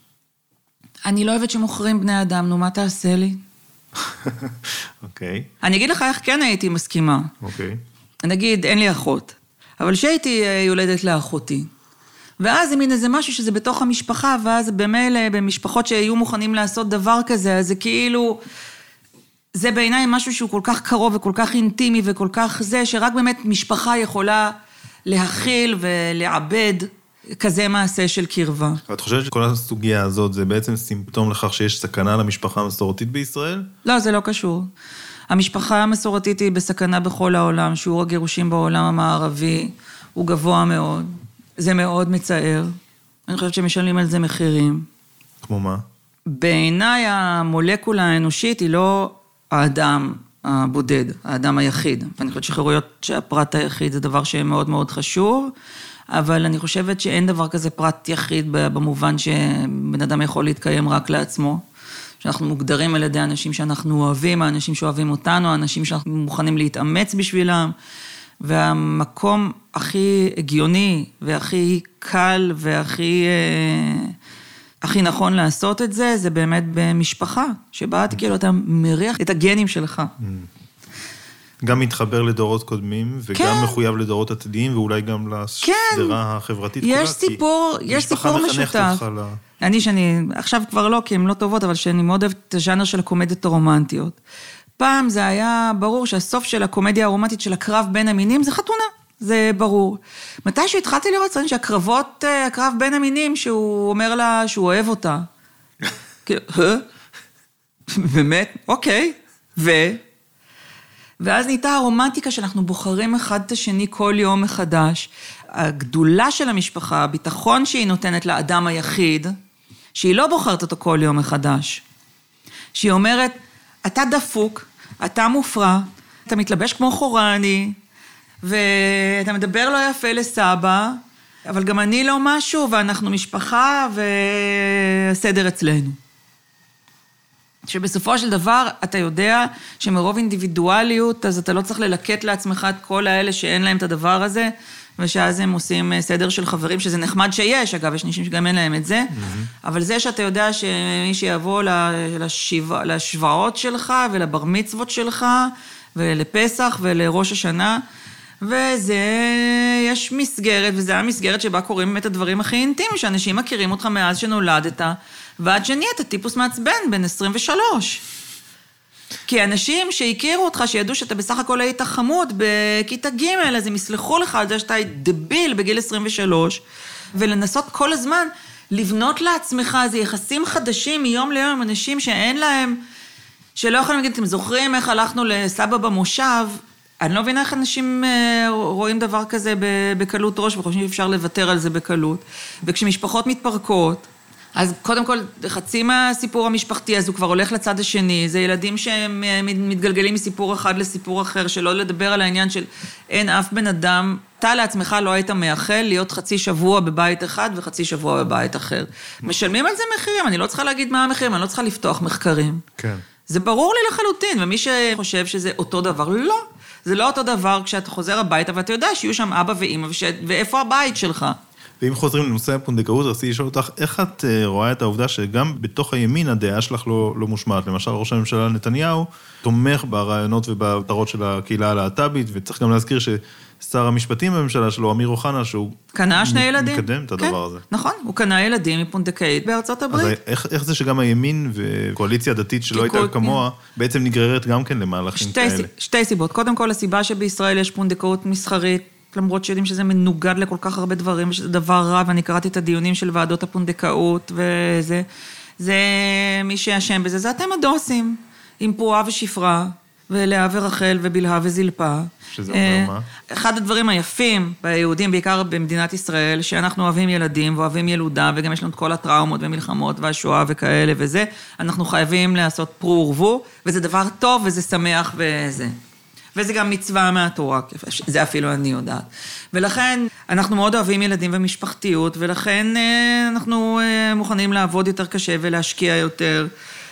אני לא אוהבת שמוכרים בני אדם, נו, מה תעשה לי? אוקיי. אני אגיד לך איך כן הייתי מסכימה. אוקיי. נגיד, אין לי אחות, אבל שהייתי יולדת לאחותי. ואז זה מין איזה משהו שזה בתוך המשפחה, ואז במילא, במשפחות שהיו מוכנים לעשות דבר כזה, אז זה כאילו... זה בעיניי משהו שהוא כל כך קרוב וכל כך אינטימי וכל כך זה, שרק באמת משפחה יכולה להכיל ולעבד כזה מעשה של קרבה. את חושבת שכל הסוגיה הזאת זה בעצם סימפטום לכך שיש סכנה למשפחה המסורתית בישראל? לא, זה לא קשור. המשפחה המסורתית היא בסכנה בכל העולם, שיעור הגירושים בעולם המערבי הוא גבוה מאוד. זה מאוד מצער. אני חושבת שמשלמים על זה מחירים. כמו מה? בעיניי המולקולה האנושית היא לא... האדם הבודד, האדם היחיד. ואני חושבת שחירויות שהפרט היחיד זה דבר שמאוד מאוד חשוב, אבל אני חושבת שאין דבר כזה פרט יחיד במובן שבן אדם יכול להתקיים רק לעצמו, שאנחנו מוגדרים על ידי אנשים שאנחנו אוהבים, האנשים שאוהבים אותנו, האנשים שאנחנו מוכנים להתאמץ בשבילם, והמקום הכי הגיוני והכי קל והכי... הכי נכון לעשות את זה, זה באמת במשפחה, שבה אתה כאילו אתה מריח את הגנים שלך. גם מתחבר לדורות קודמים, וגם מחויב לדורות עתידיים, ואולי גם לסדרה החברתית כולה. יש סיפור, יש סיפור משותף. אני שאני, עכשיו כבר לא, כי הן לא טובות, אבל שאני מאוד אוהבת את הז'אנר של הקומדיות הרומנטיות. פעם זה היה ברור שהסוף של הקומדיה הרומנטית של הקרב בין המינים זה חתונה. זה ברור. מתישהו התחלתי לראות שהקרבות, הקרב בין המינים, שהוא אומר לה שהוא אוהב אותה. כאילו, באמת? אוקיי. ו... ואז נהייתה הרומנטיקה שאנחנו בוחרים אחד את השני כל יום מחדש. הגדולה של המשפחה, הביטחון שהיא נותנת לאדם היחיד, שהיא לא בוחרת אותו כל יום מחדש. שהיא אומרת, אתה דפוק, אתה מופרע, אתה מתלבש כמו חורני, ואתה מדבר לא יפה לסבא, אבל גם אני לא משהו, ואנחנו משפחה, והסדר אצלנו. שבסופו של דבר אתה יודע שמרוב אינדיבידואליות, אז אתה לא צריך ללקט לעצמך את כל האלה שאין להם את הדבר הזה, ושאז הם עושים סדר של חברים, שזה נחמד שיש, אגב, יש נשים שגם אין להם את זה, mm-hmm. אבל זה שאתה יודע שמי שיבוא לשבע, לשבעות שלך, ולבר מצוות שלך, ולפסח ולראש השנה, וזה, יש מסגרת, וזה המסגרת שבה קוראים את הדברים הכי אינטימיים, שאנשים מכירים אותך מאז שנולדת, ועד שנהיית טיפוס מעצבן בין עשרים ושלוש. כי אנשים שהכירו אותך, שידעו שאתה בסך הכל היית חמוד בכיתה ג', אז הם יסלחו לך על זה שאתה דביל בגיל עשרים ושלוש, ולנסות כל הזמן לבנות לעצמך, זה יחסים חדשים מיום ליום, אנשים שאין להם, שלא יכולים להגיד, אתם זוכרים איך הלכנו לסבא במושב, אני לא מבינה איך אנשים רואים דבר כזה בקלות ראש, וחושבים שאפשר לוותר על זה בקלות. וכשמשפחות מתפרקות, אז קודם כל, חצי מהסיפור המשפחתי, אז הוא כבר הולך לצד השני, זה ילדים שהם מתגלגלים מסיפור אחד לסיפור אחר, שלא לדבר על העניין של אין אף בן אדם, אתה לעצמך לא היית מאחל להיות חצי שבוע בבית אחד וחצי שבוע בבית אחר. משלמים על זה מחירים, אני לא צריכה להגיד מה המחירים, אני לא צריכה לפתוח מחקרים. כן. זה ברור לי לחלוטין, ומי שחושב שזה אותו דבר, לא. זה לא אותו דבר כשאתה חוזר הביתה, ואתה יודע שיהיו שם אבא ואמא, ואיפה הבית שלך? ואם חוזרים לנושא הפונדקאות, רציתי לשאול אותך, איך את רואה את העובדה שגם בתוך הימין הדעה שלך לא, לא מושמעת? למשל, ראש הממשלה נתניהו תומך ברעיונות ובמטרות של הקהילה הלהט"בית, וצריך גם להזכיר ששר המשפטים בממשלה שלו, אמיר אוחנה, שהוא קנה שני ילדים. מקדם את הדבר הזה. נכון, הוא קנה ילדים מפונדקאית בארצות הברית. אז איך, איך זה שגם הימין וקואליציה דתית שלא הייתה כמוה, בעצם נגררת גם כן למהלכים כאלה? שתי סיבות. קודם כל, הסיבה שבישראל יש פונדקאות מסחרית, למרות שיודעים שזה מנוגד לכל כך הרבה דברים, ושזה דבר רע, ואני קראתי את הדיונים של ועדות הפונדקאות, וזה, זה מי שישם בזה, זה אתם הדוסים, עם פרועה ושפרה, ולאה ורחל ובלהה וזלפה. שזה אומר מה? אחד הדברים היפים ביהודים, בעיקר במדינת ישראל, שאנחנו אוהבים ילדים ואוהבים ילודה, וגם יש לנו את כל הטראומות ומלחמות והשואה וכאלה וזה, אנחנו חייבים לעשות פרו ורבו, וזה דבר טוב וזה שמח וזה. וזה גם מצווה מהתורה, זה אפילו אני יודעת. ולכן אנחנו מאוד אוהבים ילדים ומשפחתיות, ולכן אנחנו מוכנים לעבוד יותר קשה ולהשקיע יותר.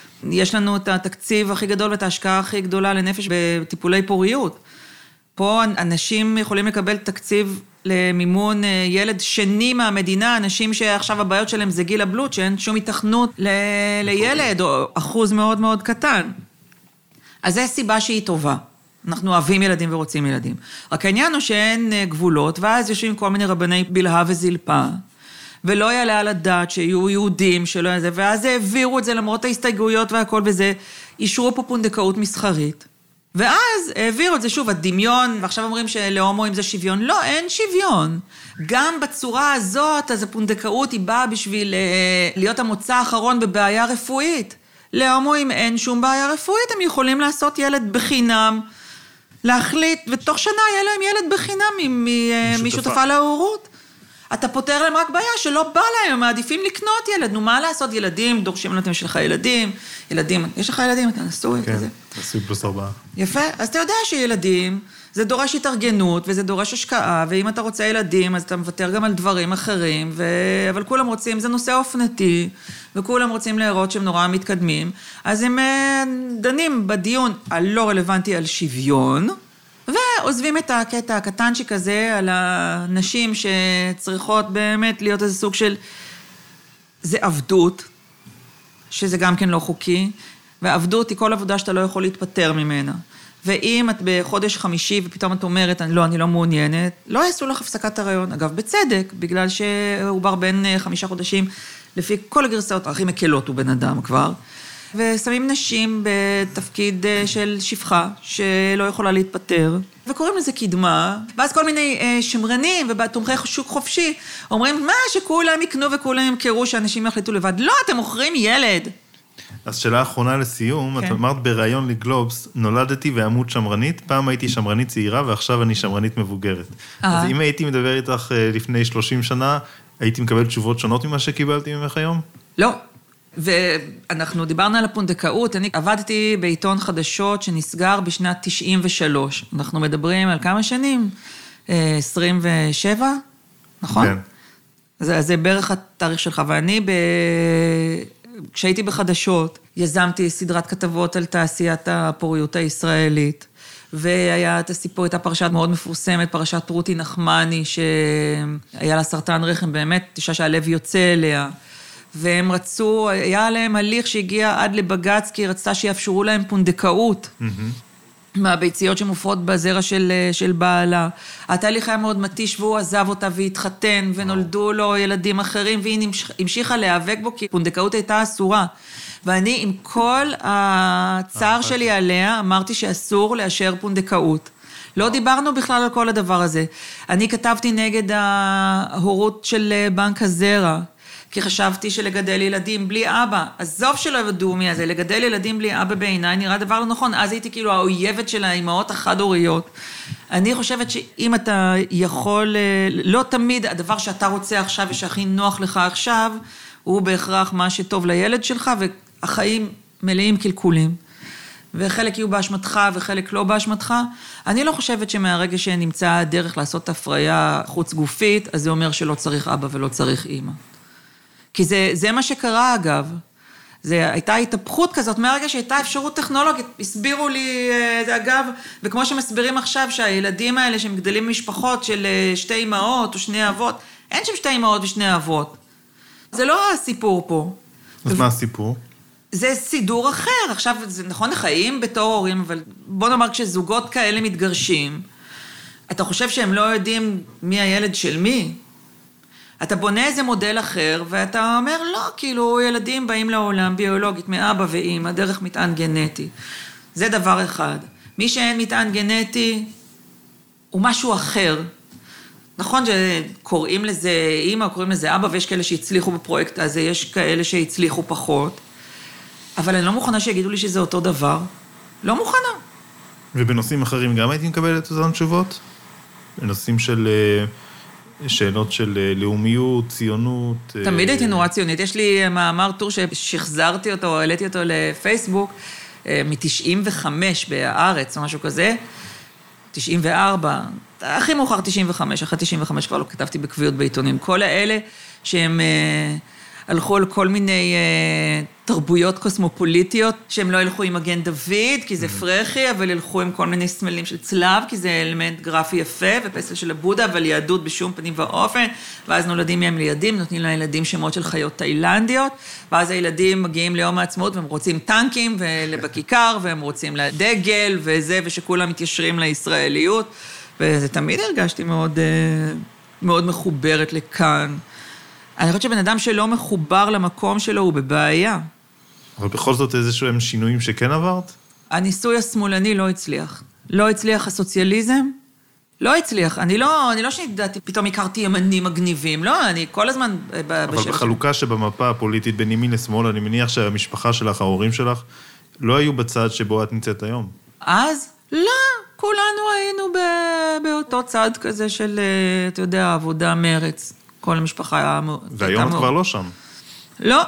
יש לנו את התקציב הכי גדול ואת ההשקעה הכי גדולה לנפש בטיפולי פוריות. פה אנשים יכולים לקבל תקציב למימון ילד שני מהמדינה, אנשים שעכשיו הבעיות שלהם זה גיל הבלוט, שאין שום התכנות ל... לילד, או אחוז מאוד מאוד קטן. אז זו סיבה שהיא טובה. אנחנו אוהבים ילדים ורוצים ילדים. רק העניין הוא שאין גבולות, ואז יושבים כל מיני רבני בלהה וזלפה, ולא יעלה על הדעת שיהיו יהודים שלא יעזה, ואז העבירו את זה למרות ההסתייגויות והכל, וזה אישרו פה פונדקאות מסחרית. ואז העבירו את זה שוב, הדמיון, ועכשיו אומרים שלהומואים זה שוויון. לא, אין שוויון. גם בצורה הזאת, אז הפונדקאות היא באה בשביל להיות המוצא האחרון בבעיה רפואית. להומואים אין שום בעיה רפואית, הם יכולים לעשות ילד בחינם, להחליט, ותוך שנה יהיה להם ילד בחינם משותפה להורות. אתה פותר להם רק בעיה שלא בא להם, הם מעדיפים לקנות ילד. נו, מה לעשות? ילדים, דורשים לנו, יש לך ילדים, ילדים, יש לך ילדים, אתה נשוי כזה. כן, נשוי פלוס ארבעה. יפה, אז אתה יודע שילדים, זה דורש התארגנות, וזה דורש השקעה, ואם אתה רוצה ילדים, אז אתה מוותר גם על דברים אחרים, ו... אבל כולם רוצים, זה נושא אופנתי, וכולם רוצים להראות שהם נורא מתקדמים, אז הם דנים בדיון הלא רלוונטי על שוויון, ועוזבים את הקטע הקטנצ'יק הזה על הנשים שצריכות באמת להיות איזה סוג של... זה עבדות, שזה גם כן לא חוקי, ועבדות היא כל עבודה שאתה לא יכול להתפטר ממנה. ואם את בחודש חמישי ופתאום את אומרת, לא, אני לא מעוניינת, לא יעשו לך הפסקת הריון. אגב, בצדק, בגלל שהוא בר בין חמישה חודשים, לפי כל הגרסאות, הכי מקלות הוא בן אדם כבר, ושמים נשים בתפקיד של שפחה, שלא יכולה להתפטר, וקוראים לזה קדמה, ואז כל מיני שמרנים ובתומכי שוק חופשי, אומרים, מה, שכולם יקנו וכולם ימכרו, שאנשים יחליטו לבד. לא, אתם מוכרים ילד. אז שאלה האחרונה לסיום, את אמרת בראיון לגלובס, נולדתי ועמוד שמרנית, פעם הייתי שמרנית צעירה ועכשיו אני שמרנית מבוגרת. אז אם הייתי מדבר איתך לפני שלושים שנה, הייתי מקבל תשובות שונות ממה שקיבלתי ממך היום? לא. ואנחנו דיברנו על הפונדקאות, אני עבדתי בעיתון חדשות שנסגר בשנת תשעים ושלוש. אנחנו מדברים על כמה שנים? עשרים ושבע, נכון? כן. זה, זה בערך התאריך שלך, ואני ב... כשהייתי בחדשות, יזמתי סדרת כתבות על תעשיית הפוריות הישראלית, והיה את הסיפור, הייתה פרשת מאוד מפורסמת, פרשת רותי נחמני, שהיה לה סרטן רחם, באמת, אישה שהלב יוצא אליה, והם רצו, היה להם הליך שהגיע עד לבג"ץ, כי היא רצתה שיאפשרו להם פונדקאות, מהביציות שמופרות בזרע של, של בעלה. התהליך היה מאוד מתיש, והוא עזב אותה והתחתן, ונולדו לו ילדים אחרים, והיא המשיכה להיאבק בו, כי פונדקאות הייתה אסורה. ואני, עם כל הצער שלי עליה, אמרתי שאסור לאשר פונדקאות. לא דיברנו בכלל על כל הדבר הזה. אני כתבתי נגד ההורות של בנק הזרע, כי חשבתי שלגדל ילדים בלי אבא, עזוב שלא ידעו מי הזה, לגדל ילדים בלי אבא בעיניי נראה דבר לא נכון, אז הייתי כאילו האויבת של האימהות החד-הוריות. אני חושבת שאם אתה יכול, לא תמיד הדבר שאתה רוצה עכשיו ושהכי נוח לך עכשיו, הוא בהכרח מה שטוב לילד שלך, והחיים מלאים קלקולים. וחלק יהיו באשמתך וחלק לא באשמתך. אני לא חושבת שמהרגע שנמצא הדרך לעשות הפריה חוץ גופית, אז זה אומר שלא צריך אבא ולא צריך אימא. כי זה, זה מה שקרה אגב. זה הייתה התהפכות כזאת, מהרגע שהייתה אפשרות טכנולוגית, הסבירו לי, זה אגב, וכמו שמסבירים עכשיו שהילדים האלה שמגדלים במשפחות של שתי אמהות או שני אבות, אין שם שתי אמהות ושני אבות. זה לא הסיפור פה. אז מה הסיפור? זה סידור אחר. עכשיו, זה נכון לחיים בתור הורים, אבל בוא נאמר, כשזוגות כאלה מתגרשים, אתה חושב שהם לא יודעים מי הילד של מי? אתה בונה איזה מודל אחר, ואתה אומר, לא, כאילו, ילדים באים לעולם ביולוגית, מאבא ואמא, דרך מטען גנטי. זה דבר אחד. מי שאין מטען גנטי, הוא משהו אחר. נכון שקוראים לזה אמא, קוראים לזה אבא, ויש כאלה שהצליחו בפרויקט הזה, יש כאלה שהצליחו פחות, אבל אני לא מוכנה שיגידו לי שזה אותו דבר. לא מוכנה. ובנושאים אחרים גם הייתי מקבל את אותן תשובות? בנושאים של שאלות של לאומיות, ציונות. תמיד הייתי נורא ציונית. יש לי מאמר טור ששחזרתי אותו, העליתי אותו לפייסבוק, מ-תשעים וחמש בהארץ, או משהו כזה, תשעים וארבע, הכי מאוחר תשעים וחמש, אחרי תשעים וחמש כבר לא כתבתי בקביעות בעיתונים. כל האלה שהם הלכו על כל מיני תרבויות קוסמופוליטיות, שהם לא ילכו עם מגן דוד, כי זה פרחי, אבל ילכו עם כל מיני סמלים של צלב, כי זה אלמנט גרפי יפה, ופסל של הבודה, אבל יהדות בשום פנים ואופן, ואז נולדים מהם לידים, נותנים לילדים שמות של חיות תאילנדיות, ואז הילדים מגיעים ליום העצמאות, והם רוצים טנקים בכיכר, והם רוצים לדגל, וזה, ושכולם מתיישרים לישראליות, וזה תמיד הרגשתי מאוד, מאוד מחוברת לכאן. אני חושבת שבן אדם שלא מחובר למקום שלו הוא בבעיה. אבל בכל זאת איזשהו הם שינויים שכן עברת? הניסוי השמאלני לא הצליח. לא הצליח הסוציאליזם, לא הצליח. אני לא, אני לא שנדעתי, פתאום הכרתי ימנים מגניבים, לא, אני כל הזמן אבל בשם בחלוקה שלי. שבמפה הפוליטית בין ימין לשמאל, אני מניח שהמשפחה שלך, ההורים שלך, לא היו בצד שבו את נמצאת היום. אז? לא, כולנו היינו באותו צד כזה של, אתה יודע, עבודה מרץ. כל המשפחה היה... והיום את כבר לא שם. לא,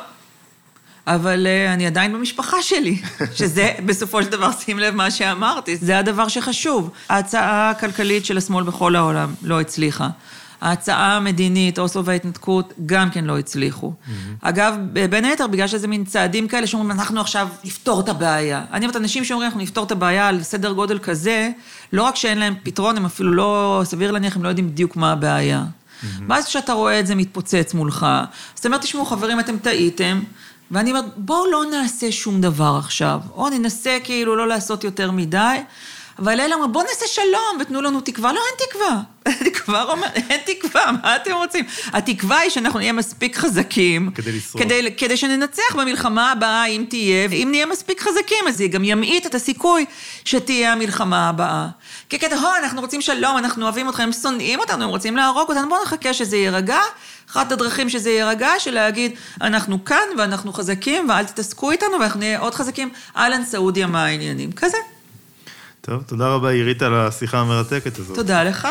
אבל אני עדיין במשפחה שלי, שזה בסופו של דבר, שים לב מה שאמרתי, זה הדבר שחשוב. ההצעה הכלכלית של השמאל בכל העולם לא הצליחה. ההצעה המדינית, אוסלו וההתנתקות, גם כן לא הצליחו. אגב, בין היתר, בגלל שזה מין צעדים כאלה שאומרים, אנחנו עכשיו נפתור את הבעיה. אני אומרת, אנשים שאומרים, אנחנו נפתור את הבעיה על סדר גודל כזה, לא רק שאין להם פתרון, הם אפילו לא, סביר להניח, הם לא יודעים בדיוק מה הבעיה. ואז כשאתה רואה את זה מתפוצץ מולך, אז אתה אומר, תשמעו חברים, אתם טעיתם, ואני אומרת, בואו לא נעשה שום דבר עכשיו, או ננסה כאילו לא לעשות יותר מדי, אבל אלה אומרים, בואו נעשה שלום, ותנו לנו תקווה. לא, אין תקווה. אני כבר אומר, אין תקווה, מה אתם רוצים? התקווה היא שאנחנו נהיה מספיק חזקים, כדי לשרוד. כדי, כדי שננצח במלחמה הבאה, אם תהיה, ואם נהיה מספיק חזקים, אז זה גם ימעיט את הסיכוי שתהיה המלחמה הבאה. כי כדי, הו, אנחנו רוצים שלום, אנחנו אוהבים אתכם, הם שונאים אותנו, הם רוצים להרוג אותנו, בואו נחכה שזה יירגע. אחת הדרכים שזה יירגע, של להגיד, אנחנו כאן ואנחנו חזקים, ואל תתעסקו איתנו, ואנחנו נהיה עוד חזקים, אהלן סעודיה, מה העניינים? כזה. טוב, תודה רבה, עירית, על השיחה המרתקת הזאת. תודה לך.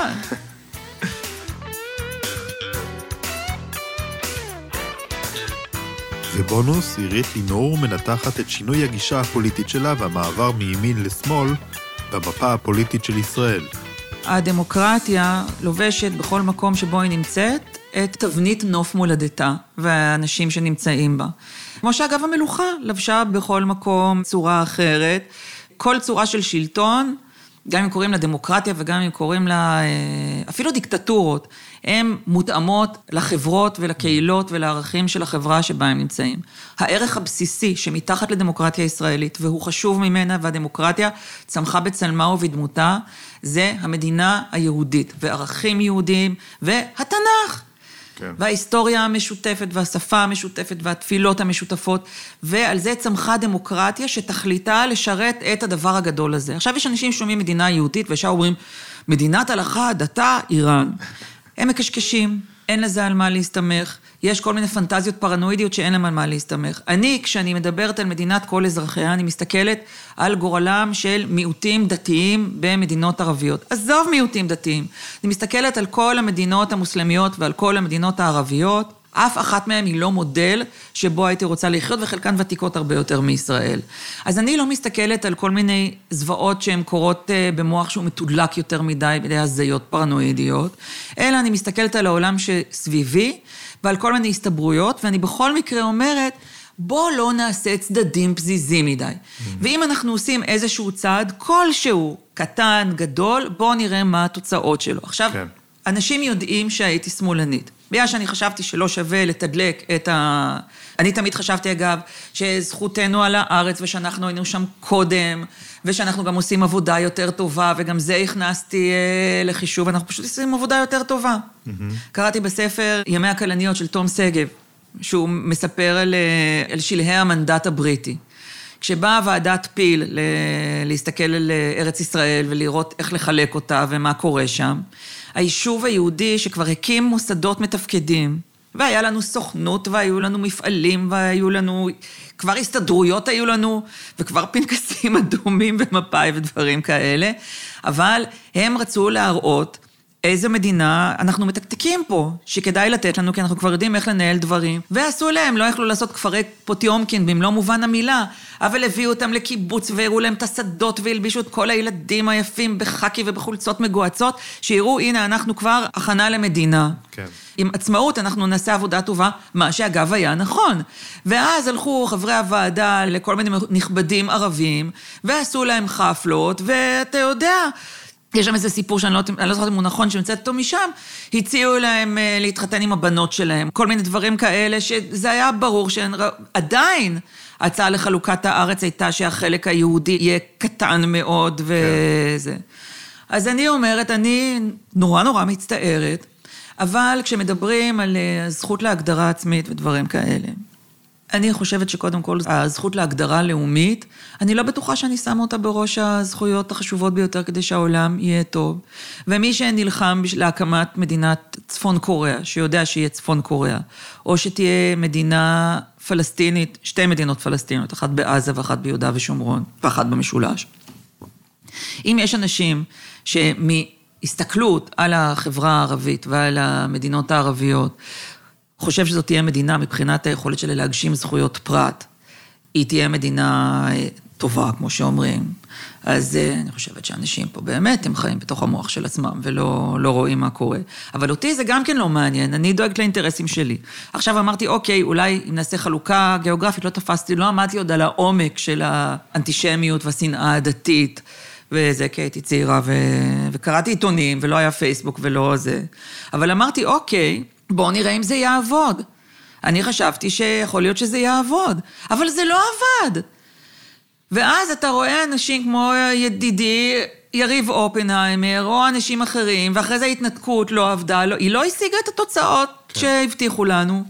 ובונוס, עירית לינור מנתחת את שינוי הגישה הפוליטית שלה והמעבר מימין לשמאל במפה הפוליטית של ישראל. הדמוקרטיה לובשת בכל מקום שבו היא נמצאת את תבנית נוף מולדתה והאנשים שנמצאים בה. כמו שאגב המלוכה לבשה בכל מקום צורה אחרת, כל צורה של שלטון, גם אם קוראים לה דמוקרטיה וגם אם קוראים לה אפילו דיקטטורות, הן מותאמות לחברות ולקהילות ולערכים של החברה שבה הם נמצאים. הערך הבסיסי שמתחת לדמוקרטיה הישראלית, והוא חשוב ממנה, והדמוקרטיה צמחה בצלמה ובדמותה, זה המדינה היהודית, וערכים יהודיים, והתנ"ך. כן. וההיסטוריה המשותפת, והשפה המשותפת, והתפילות המשותפות, ועל זה צמחה דמוקרטיה שתכליתה לשרת את הדבר הגדול הזה. עכשיו יש אנשים שומעים מדינה יהודית, וישר אומרים, מדינת הלכה, דתה, איראן. הם מקשקשים, אין לזה על מה להסתמך, יש כל מיני פנטזיות פרנואידיות שאין להם על מה להסתמך. אני, כשאני מדברת על מדינת כל אזרחיה, אני מסתכלת על גורלם של מיעוטים דתיים במדינות ערביות. עזוב מיעוטים דתיים. אני מסתכלת על כל המדינות המוסלמיות ועל כל המדינות הערביות. אף אחת מהן היא לא מודל שבו הייתי רוצה לחיות, וחלקן ותיקות הרבה יותר מישראל. אז אני לא מסתכלת על כל מיני זוועות שהן קורות במוח שהוא מתודלק יותר מדי, בידי הזיות פרנואידיות, אלא אני מסתכלת על העולם שסביבי, ועל כל מיני הסתברויות, ואני בכל מקרה אומרת, בוא לא נעשה צדדים פזיזים מדי. Mm-hmm. ואם אנחנו עושים איזשהו צעד כלשהו, קטן, גדול, בוא נראה מה התוצאות שלו. עכשיו, כן. אנשים יודעים שהייתי שמאלנית. בגלל שאני חשבתי שלא שווה לתדלק את ה... אני תמיד חשבתי, אגב, שזכותנו על הארץ, ושאנחנו היינו שם קודם, ושאנחנו גם עושים עבודה יותר טובה, וגם זה הכנסתי אה, לחישוב, אנחנו פשוט עושים עבודה יותר טובה. Mm-hmm. קראתי בספר ימי הכלניות של תום שגב, שהוא מספר על, על שלהי המנדט הבריטי. כשבאה ועדת פיל ל... להסתכל על ארץ ישראל, ולראות איך לחלק אותה ומה קורה שם, היישוב היהודי שכבר הקים מוסדות מתפקדים, והיה לנו סוכנות, והיו לנו מפעלים, והיו לנו, כבר הסתדרויות היו לנו, וכבר פנקסים אדומים ומפאי ודברים כאלה, אבל הם רצו להראות איזו מדינה אנחנו מתקתקים פה, שכדאי לתת לנו, כי אנחנו כבר יודעים איך לנהל דברים, ועשו להם, לא יכלו לעשות כפרי פוטיומקין, במלוא מובן המילה, אבל הביאו אותם לקיבוץ, והראו להם את השדות, והלבישו את כל הילדים היפים בחקי ובחולצות מגועצות, שיראו, הנה, אנחנו כבר הכנה למדינה. כן. עם עצמאות אנחנו נעשה עבודה טובה, מה שאגב היה נכון. ואז הלכו חברי הוועדה לכל מיני נכבדים ערבים, ועשו להם חפלות, ואתה יודע, יש שם איזה סיפור שאני לא, אני לא זוכרת אם הוא נכון, שמצאת אותו משם, הציעו להם להתחתן עם הבנות שלהם, כל מיני דברים כאלה, שזה היה ברור שהן עדיין, ההצעה לחלוקת הארץ הייתה שהחלק היהודי יהיה קטן מאוד וזה. כן. אז אני אומרת, אני נורא נורא מצטערת, אבל כשמדברים על הזכות להגדרה עצמית ודברים כאלה, אני חושבת שקודם כל, הזכות להגדרה לאומית, אני לא בטוחה שאני שמה אותה בראש הזכויות החשובות ביותר כדי שהעולם יהיה טוב. ומי שנלחם להקמת מדינת צפון קוריאה, שיודע שיהיה צפון קוריאה, או שתהיה מדינה פלסטינית, שתי מדינות פלסטיניות, אחת בעזה ואחת ביהודה ושומרון, ואחת במשולש. אם יש אנשים שמהסתכלות על החברה הערבית ועל המדינות הערביות, חושב שזאת תהיה מדינה מבחינת היכולת שלה להגשים זכויות פרט, היא תהיה מדינה טובה, כמו שאומרים. אז אני חושבת שאנשים פה באמת הם חיים בתוך המוח של עצמם, ולא לא רואים מה קורה. אבל אותי זה גם כן לא מעניין, אני דואגת לאינטרסים שלי. עכשיו אמרתי, אוקיי, אולי אם נעשה חלוקה גיאוגרפית, לא תפסתי, לא עמדתי עוד על העומק של האנטישמיות והשנאה הדתית, וזה כי הייתי צעירה, ו... וקראתי עיתונים, ולא היה פייסבוק ולא זה. אבל אמרתי, אוקיי, בואו נראה אם זה יעבוד. אני חשבתי שיכול להיות שזה יעבוד, אבל זה לא עבד. ואז אתה רואה אנשים כמו ידידי יריב אופנהיימר, או אנשים אחרים, ואחרי זה ההתנתקות לא עבדה, לא, היא לא השיגה את התוצאות כן. שהבטיחו לנו.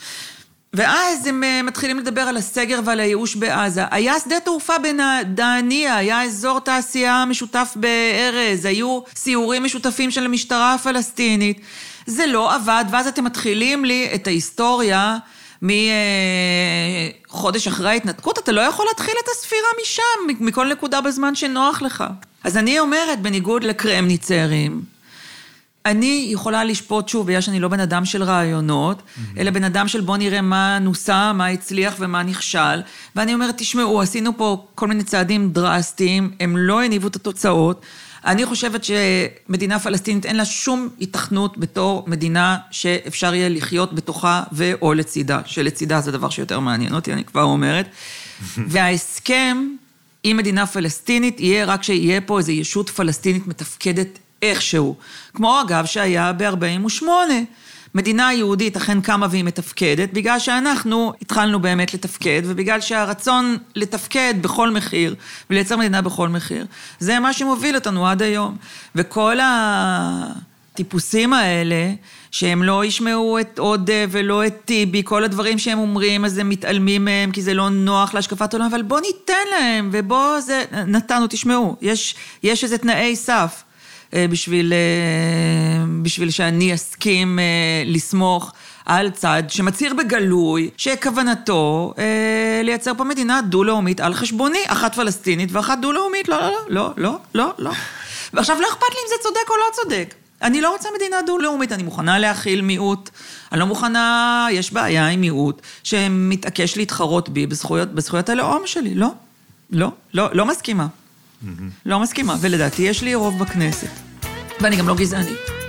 ואז הם מתחילים לדבר על הסגר ועל הייאוש בעזה. היה שדה תעופה בדניה, היה אזור תעשייה משותף בארז, היו סיורים משותפים של המשטרה הפלסטינית. זה לא עבד, ואז אתם מתחילים לי את ההיסטוריה מחודש אחרי ההתנתקות, אתה לא יכול להתחיל את הספירה משם, מכל נקודה בזמן שנוח לך. אז אני אומרת, בניגוד לקרמניצרים, אני יכולה לשפוט שוב, בגלל שאני לא בן אדם של רעיונות, mm-hmm. אלא בן אדם של בוא נראה מה נוסע, מה הצליח ומה נכשל, ואני אומרת, תשמעו, עשינו פה כל מיני צעדים דרסטיים, הם לא הניבו את התוצאות, אני חושבת שמדינה פלסטינית אין לה שום התכנות בתור מדינה שאפשר יהיה לחיות בתוכה ואו לצידה, שלצידה זה דבר שיותר מעניין אותי, אני כבר אומרת, וההסכם עם מדינה פלסטינית יהיה רק שיהיה פה איזו ישות פלסטינית מתפקדת איכשהו, כמו אגב שהיה ב-ארבעים ושמונה, מדינה יהודית אכן קמה והיא מתפקדת, בגלל שאנחנו התחלנו באמת לתפקד, ובגלל שהרצון לתפקד בכל מחיר, ולייצר מדינה בכל מחיר, זה מה שמוביל אותנו עד היום. וכל הטיפוסים האלה, שהם לא ישמעו את עודה ולא את טיבי, כל הדברים שהם אומרים, אז הם מתעלמים מהם, כי זה לא נוח להשקפת עולם, אבל בוא ניתן להם, ובוא זה, נתנו, תשמעו, יש, יש איזה תנאי סף. בשביל, בשביל שאני אסכים לסמוך על צד שמצהיר בגלוי שכוונתו אה, לייצר פה מדינה דו-לאומית על חשבוני, אחת פלסטינית ואחת דו-לאומית, לא, לא, לא, לא, לא, לא. ועכשיו לא אכפת לי אם זה צודק או לא צודק. אני לא רוצה מדינה דו-לאומית, אני מוכנה להכיל מיעוט, אני לא מוכנה, יש בעיה עם מיעוט שמתעקש להתחרות בי בזכויות, בזכויות הלאום שלי, לא, לא, לא, לא מסכימה. לא מסכימה, ולדעתי יש לי רוב בכנסת, ואני גם לא גזענית.